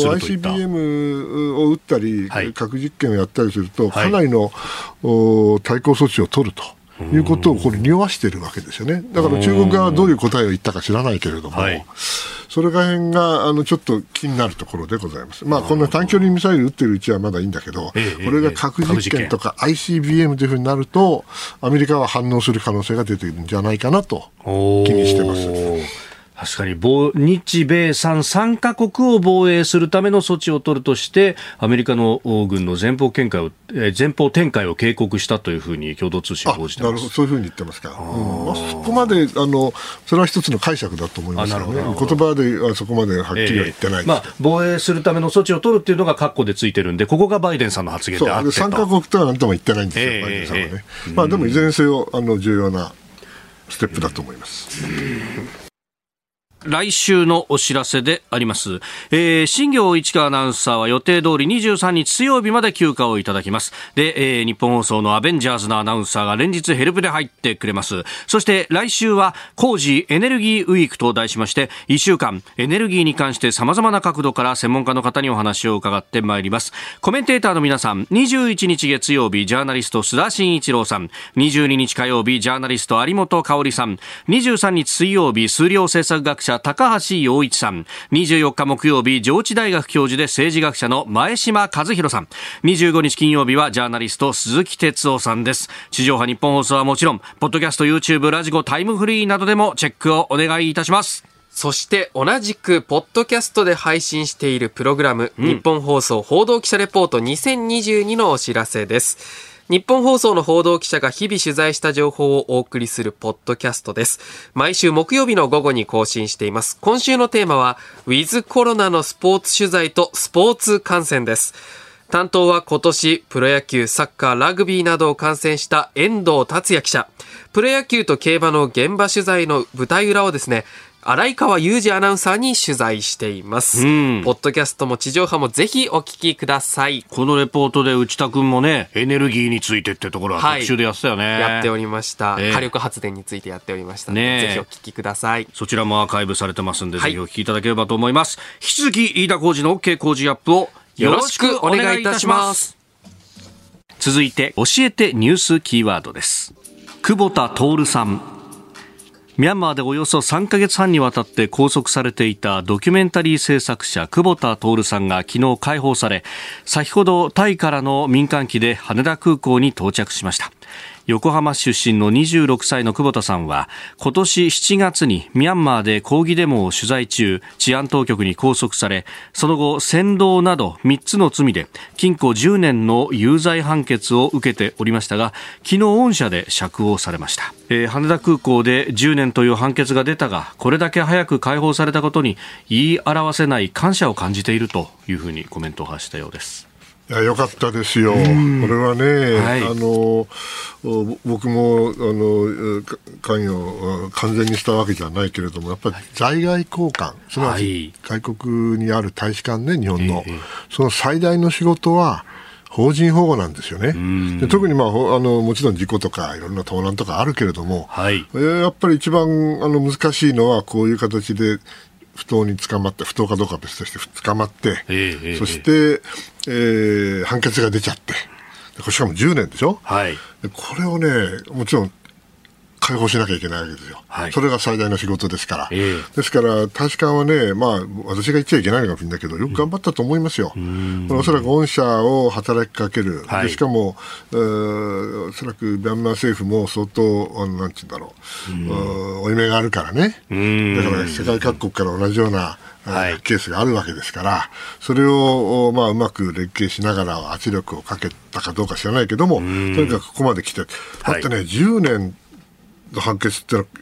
ICBM を撃ったり、はい、核実験をやったりすると、かなりの対抗措置を取るということをこれ匂わしているわけですよね。だから中国側はどういう答えを言ったか知らないけれども、はい、それが辺がちょっと気になるところでございます。まあこんな短距離ミサイル撃ってるうちはまだいいんだけど、これが核実験とか ICBM というふうになるとアメリカは反応する可能性が出てくるんじゃないかなと気にしてます。 確かに日米韓3カ国を防衛するための措置を取るとしてアメリカの軍の前方展開を警告したというふうに共同通信が報じてます。 なるほど、そういうふうに言ってますか。そこまでそれは一つの解釈だと思いますけどね。言葉ではそこまではっきりは言ってない、 防衛するための措置を取るっていうのが括弧でついてるんで、ここがバイデンさんの発言であってと。 3カ国とは何とも言ってないんですよ、バイデンさんはね。でもいずれにせよ重要なステップだと思います。 来週のお知らせであります。新業市川アナウンサーは予定通り23日水曜日まで休暇をいただきます。で、日本放送のアベンジャーズのアナウンサーが連日ヘルプで入ってくれます。そして来週は工事エネルギーウィークと題しまして、1週間エネルギーに関して様々な角度から専門家の方にお話を伺ってまいります。コメンテーターの皆さん、21日月曜日ジャーナリスト須田慎一郎さん、22日火曜日ジャーナリスト有本香里さん、23日水曜日数量政策学者高橋洋一さん、24日木曜日上智大学教授で政治学者の前島和弘さん、25日金曜日はジャーナリスト鈴木哲夫さんです。地上波日本放送はもちろんポッドキャスト、 YouTube、ラジコ、タイムフリーなどでもチェックをお願いいたします。 そして同じくポッドキャストで配信しているプログラム、日本放送報道記者レポート2022のお知らせです。日本放送の報道記者が日々取材した情報をお送りするポッドキャストです。毎週木曜日の午後に更新しています。今週のテーマはウィズコロナのスポーツ取材とスポーツ観戦です。担当は今年プロ野球、サッカー、ラグビーなどを観戦した遠藤達也記者。プロ野球と競馬の現場取材の舞台裏をですね、荒川裕二アナウンサーに取材しています。ポッドキャストも地上波もぜひお聞きください。 このレポートで内田君もね、エネルギーについてってところは特集でやってたよね。 やっておりました。火力発電についてやっておりましたので、ぜひお聞きください。 そちらもアーカイブされてますんで、ぜひお聞きいただければと思います。引き続き飯田浩司の OK 工事アップをよろしくお願いいたします。続いて教えてニュースキーワードです。久保田徹さん。ミャンマーでおよそ3ヶ月半にわたって拘束されていたドキュメンタリー制作者久保田徹さんが昨日解放され、先ほどタイからの民間機で羽田空港に到着しました。横浜出身の26歳の久保田さんは今年7月にミャンマーで抗議デモを取材中、治安当局に拘束され、その後扇動など3つの罪で禁錮10年の有罪判決を受けておりましたが、昨日恩赦で釈放されました。羽田空港で10年という判決が出たが、これだけ早く解放されたことに言い表せない感謝を感じているというふうにコメントを発したようです。 いや、よかったですよ。これはね、はい、僕も関与は完全にしたわけじゃないけれども、やっぱり在外公館、すなわち外国にある大使館ね、日本の、その最大の仕事は邦人保護なんですよね。で特に、もちろん事故とかいろんな盗難とかあるけれども、はい、やっぱり一番難しいのはこういう形で不当に捕まって、不当かどうかは別として捕まって、そして、判決が出ちゃって、しかも10年でしょ、はい、でこれをね、もちろん解放しなきゃいけないわけですよ、はい、それが最大の仕事ですから、ですから大使館はね、私が言っちゃいけないのかもしれないけど、よく頑張ったと思いますよ、おそらく恩赦を働きかける、でしかもおそらくミャンマー政府も相当なんていうんだろう、負い目があるからね、だから世界各国から同じようなケースがあるわけですから、それをうまく連携しながら圧力をかけたかどうか知らないけども、とにかくここまで来て、だってね、10年の判決ってのは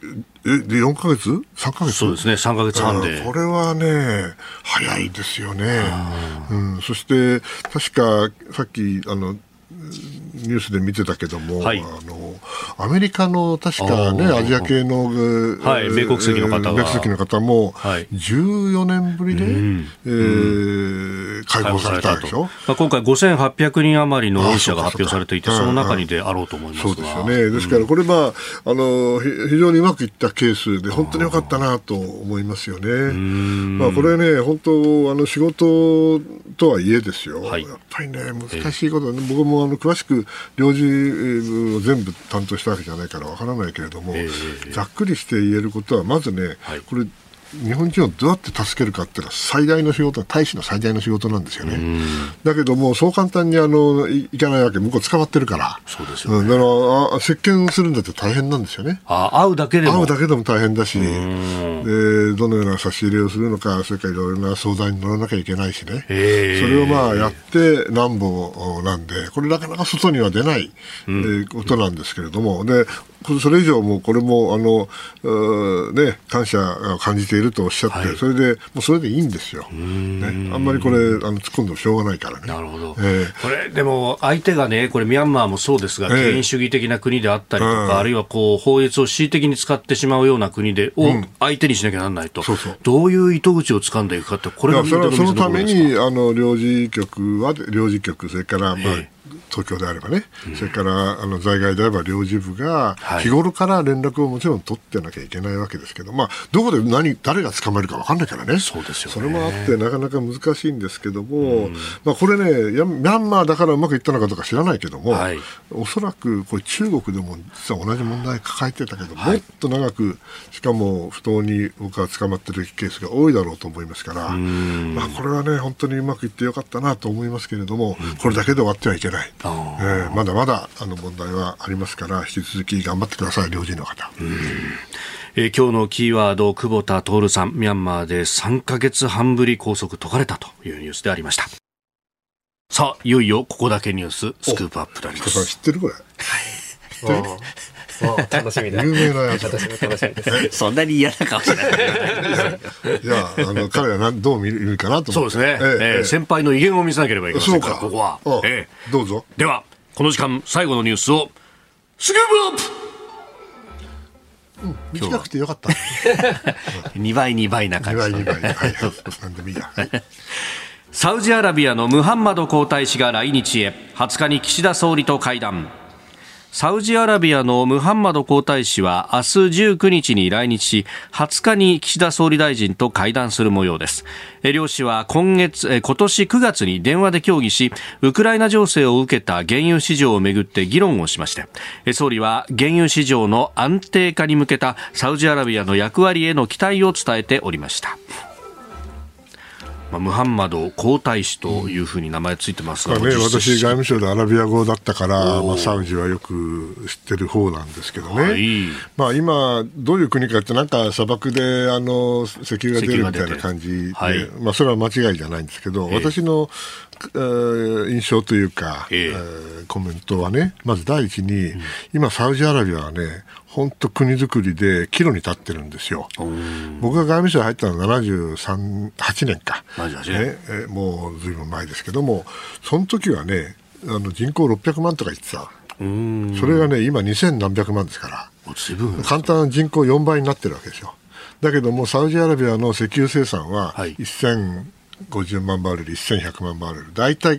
4ヶ月 ?3 ヶ月そうですね、3ヶ月半で。 これはね、早いですよね。そして、確か、さっき、ニュースで見てたけども、アメリカの確かね、アジア系の、 米国籍の方が、 米国籍の方も、14年ぶりで、解放されたでしょ。 今回5800人余りの恩赦が発表されていて、その中にであろうと思いますが。 そうですよね。ですから、これ非常にうまくいったケースで、本当に良かったなと思いますよね。これね、本当、仕事とはいえですよ。やっぱりね、難しいことね、僕も詳しく領事を全部担当したわけじゃないからわからないけれども、ざっくりして言えることはまずね、これ日本人をどうやって助けるかっていうのは最大の仕事、大使の最大の仕事なんですよね。だけどもそう簡単にいかないわけ、向こう捕まってるから。 そうですよね。 だから接見するんだって大変なんですよね。 会うだけでも大変だし、どのような差し入れをするのか、それからいろいろな相談に乗らなきゃいけないしね、それをやってなんぼなんで、これなかなか外には出ない、ことなんですけれども、でそれ以上もこれも感謝を感じているとおっしゃって、それでいいんですよ、あんまりこれ突っ込んでもしょうがないからね。 なるほど、これでも相手がね、これミャンマーもそうですが、権威主義的な国であったりとか、あるいは法律を恣意的に使ってしまうような国でを相手にしなきゃならないと、どういう糸口を掴んでいくかって、これがそのために領事局、それから東京であればね、それから在外であれば領事部が日頃から連絡をもちろん取ってなきゃいけないわけですけど、どこで誰が捕まえるか分かんないからね。 そうですよね。 それもあってなかなか難しいんですけども、これね、ミャンマーだからうまくいったのかどうか知らないけども、おそらくこれ中国でも実は同じ問題抱えてたけど、もっと長く、しかも不当に僕は捕まってるケースが多いだろうと思いますから、これはね、本当にうまくいってよかったなと思いますけれども、これだけで終わってはいけない。まだまだ問題はありますから、引き続き頑張ってください、領事の方。 今日のキーワード、久保田徹さん、ミャンマーで3ヶ月半ぶり拘束解かれたというニュースでありました。さあ、いよいよここだけニューススクープアップであります。 知ってるこれ。知ってる楽しみだ。 有名なやつ。 楽しみです。 そんなに嫌な顔しない。 いや、彼はどう見るかなと思って。 そうですね。先輩の威厳を見せなければいけませんから、ここは。 どうぞ。 では、この時間最後のニュースをスクープアップ。短くてよかった。 2倍な感じ。 2倍。はい。なんでもいいや。 サウジアラビアのムハンマド皇太子が来日へ、20日に岸田総理と会談。サウジアラビアのムハンマド皇太子は明日19日に来日し、20日に岸田総理大臣と会談する模様です。両氏は今年9月に電話で協議し、ウクライナ情勢を受けた原油市場をめぐって議論をしまして、総理は原油市場の安定化に向けたサウジアラビアの役割への期待を伝えておりました。ムハンマド皇太子というふうに名前ついてますが、 私外務省でアラビア語だったから、サウジはよく知ってる方なんですけどね、今どういう国かってなんか砂漠で石油が出るみたいな感じで、それは間違いじゃないんですけど、私の印象というか、コメントはね、まず第一に、今サウジアラビアはね、本当国づくりで岐路に立ってるんですよ。僕が外務省に入ったのは8年か、もうずいぶん前ですけども、その時はね、人口600万とか言ってた。それがね、今2000何百万ですから、簡単な人口4倍になってるわけですよ。だけどもサウジアラビアの石油生産は1050万バレル、1100万バレル、大体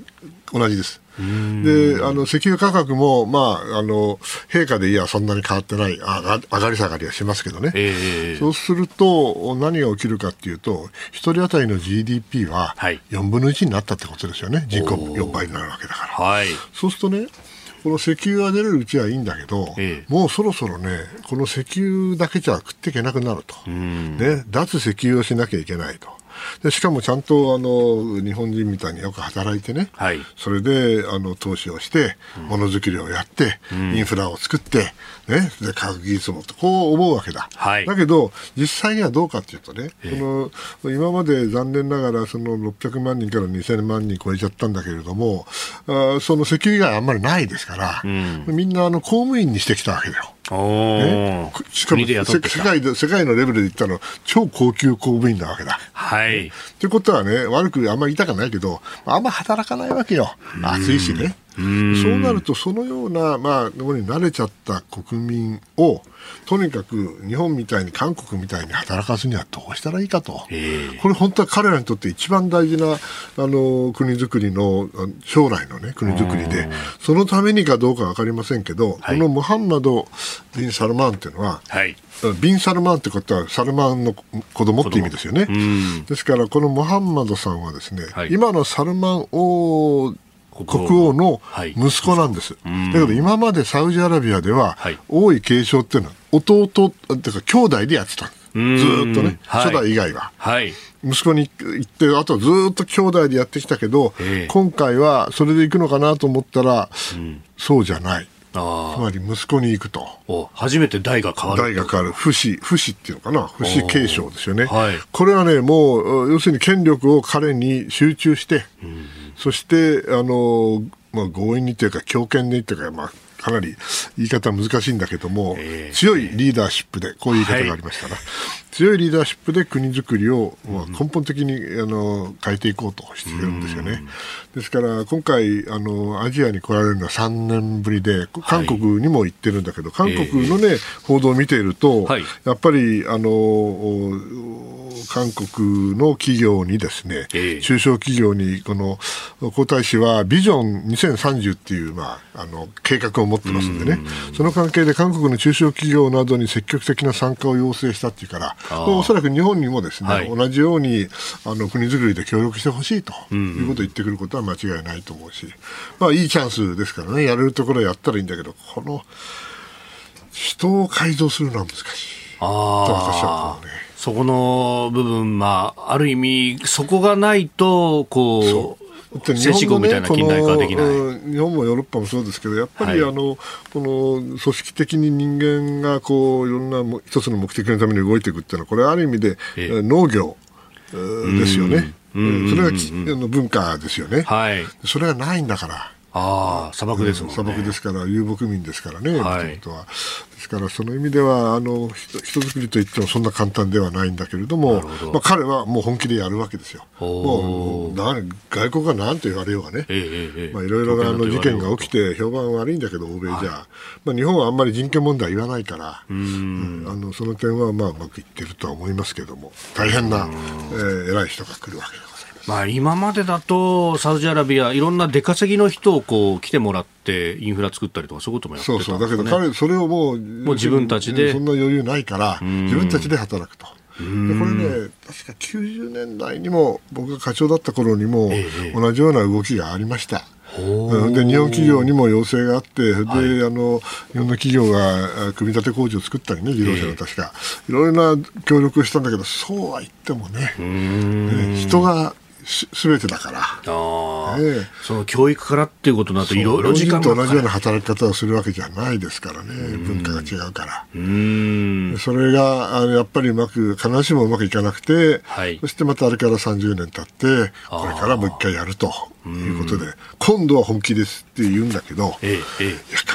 同じです。で石油価格も、陛下でいやそんなに変わってない、上がり下がりはしますけどね、そうすると何が起きるかっていうと、1人当たりの GDP は4分の1になったってことですよね。人口4倍になるわけだから、そうするとね、この石油が出れるうちはいいんだけど、もうそろそろね、この石油だけじゃ食っていけなくなると、脱石油をしなきゃいけないと。でしかもちゃんと日本人みたいによく働いてね、それで投資をしてものづくりをやって、インフラを作って、ね、で科学技術もとこう思うわけだ、だけど実際にはどうかというとね、今まで残念ながらその600万人から2000万人超えちゃったんだけれども、その石油以外あんまりないですから、みんな公務員にしてきたわけだよ。しかも世界のレベルで言ったら超高級公務員なわけだ。ということはね、悪くあんまり言いたくないけど、あんま働かないわけよ。暑いしね。そうなるとそのような、のに慣れちゃった国民をとにかく日本みたいに韓国みたいに働かすにはどうしたらいいかと、これ本当は彼らにとって一番大事な国づくりの将来の、ね、国づくりで、そのためにかどうか分かりませんけど、このムハンマド・ビン・サルマンっていうのは、ビン・サルマンってことはサルマンの子供って意味ですよね。ですからこのムハンマドさんはですね、今のサルマン国王の息子なんです。だけど今までサウジアラビアでは王位継承っていうのは弟っていうか兄弟でやってたんです。ずっとね、初代以外は、息子に行ってあとずっと兄弟でやってきたけど、今回はそれで行くのかなと思ったら、そうじゃない。つまり息子に行くと。 初めて代が変わる。 代が変わる。父子っていうのかな。父子継承ですよね。これはね、もう要するに権力を彼に集中して、そして強引にというか強権にというか、かなり言い方は難しいんだけども、強いリーダーシップで、こういう言い方がありましたら、強いリーダーシップで国づくりを根本的に変えていこうとしているんですよね。ですから今回アジアに来られるのは3年ぶりで、韓国にも行ってるんだけど、韓国のね報道を見ていると、やっぱり韓国の企業にですね、中小企業にこの皇太子はビジョン2030っていう、計画を持ってますんでね、その関係で韓国の中小企業などに積極的な参加を要請したっていうから、おそらく日本にもですね、同じように国づくりで協力してほしいということを言ってくることは間違いないと思うし、いいチャンスですからね、やれるところはやったらいいんだけど、この人を改造するのは難しいと私は思うね。 そこの部分、ある意味そこがないと先進国みたいな近代化はできない。 日本もヨーロッパもそうですけど、やっぱりこの組織的に人間がいろんな一つの目的のために動いていくっていうのは、これはある意味で農業ですよね。それが文化ですよね。それがないんだから。 砂漠ですもんね。 砂漠ですから、遊牧民ですからね、ですからその意味では人作りといってもそんな簡単ではないんだけれども、彼はもう本気でやるわけですよ。もう外国が何と言われようがね、いろいろな事件が起きて評判悪いんだけど、欧米じゃ、日本はあんまり人権問題言わないから、その点はうまくいってるとは思いますけども、大変な偉い人が来るわけです。 今までだとサウジアラビアいろんな出稼ぎの人を来てもらってインフラ作ったりとか、そういうこともやってたんですかね。 だけど彼それをもう自分たちでそんな余裕ないから自分たちで働くと。でこれね、確か90年代にも僕が課長だった頃にも同じような動きがありました。で日本企業にも要請があって、で日本の企業が組み立て工場を作ったりね、自動車の確かいろいろな協力をしたんだけど、そうは言ってもね、人が全てだから、 その教育からっていうことになるといろいろ時間がかかる。 同じような働き方をするわけじゃないですからね、文化が違うから。それがやっぱり必ずしもうまくいかなくて、そしてまたあれから30年経ってこれからもう一回やるということで、今度は本気ですって言うんだけど、いや頑張ってください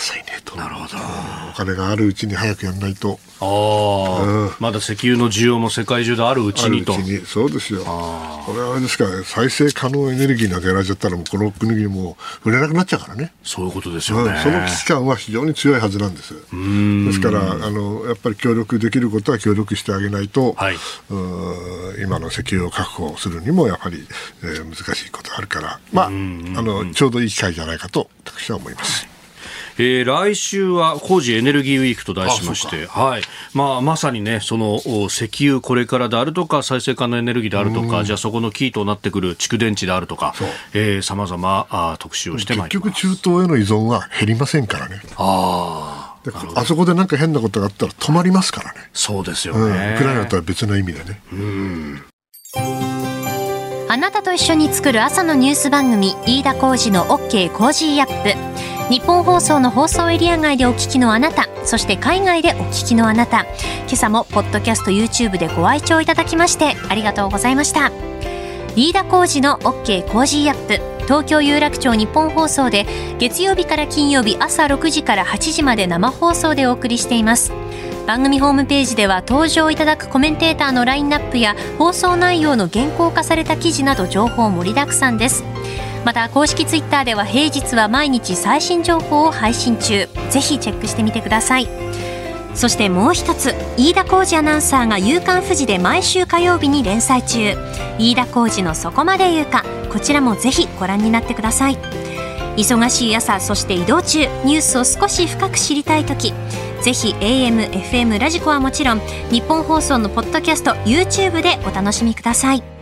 さいねと。 なるほど。 お金があるうちに早くやらないと。 まだ石油の需要も世界中であるうちにと。 そうですよ。これはですから再生可能エネルギーなんてやられちゃったらもうこの国にもう売れなくなっちゃうからね。 そういうことですよね。 その危機感は非常に強いはずなんです。ですからやっぱり協力できることは協力してあげないと、はい、今の石油を確保するにもやはり、難しいことがあるから、ちょうどいい機会じゃないかと私は思います。 来週は工事エネルギーウィークと題しまして、はい、まさにね、その石油これからであるとか再生可能エネルギーであるとか、じゃあそこのキーとなってくる蓄電池であるとか、さまざま特集をしてまいります。 結局中東への依存は減りませんからね。あそこでなんか変なことがあったら止まりますからね。 そうですよね。 ウクライナとは別の意味でね。 あなたと一緒に作る朝のニュース番組、飯田浩司の OK コージーアップ。日本放送の放送エリア外でお聞きのあなた、そして海外でお聞きのあなた、今朝もポッドキャスト YouTube でご愛聴いただきましてありがとうございました。飯田浩司の OK コージーアップ、東京有楽町日本放送で月曜日から金曜日朝6時から8時まで生放送でお送りしています。番組ホームページでは登場いただくコメンテーターのラインナップや放送内容の原稿化された記事など情報盛りだくさんです。また公式ツイッターでは平日は毎日最新情報を配信中、ぜひチェックしてみてください。そしてもう一つ、飯田浩司アナウンサーが夕刊フジで毎週火曜日に連載中、飯田浩司のそこまで言うか、こちらもぜひご覧になってください。忙しい朝、そして移動中、ニュースを少し深く知りたいとき、ぜひ AM、FM、ラジコはもちろん日本放送のポッドキャスト YouTube でお楽しみください。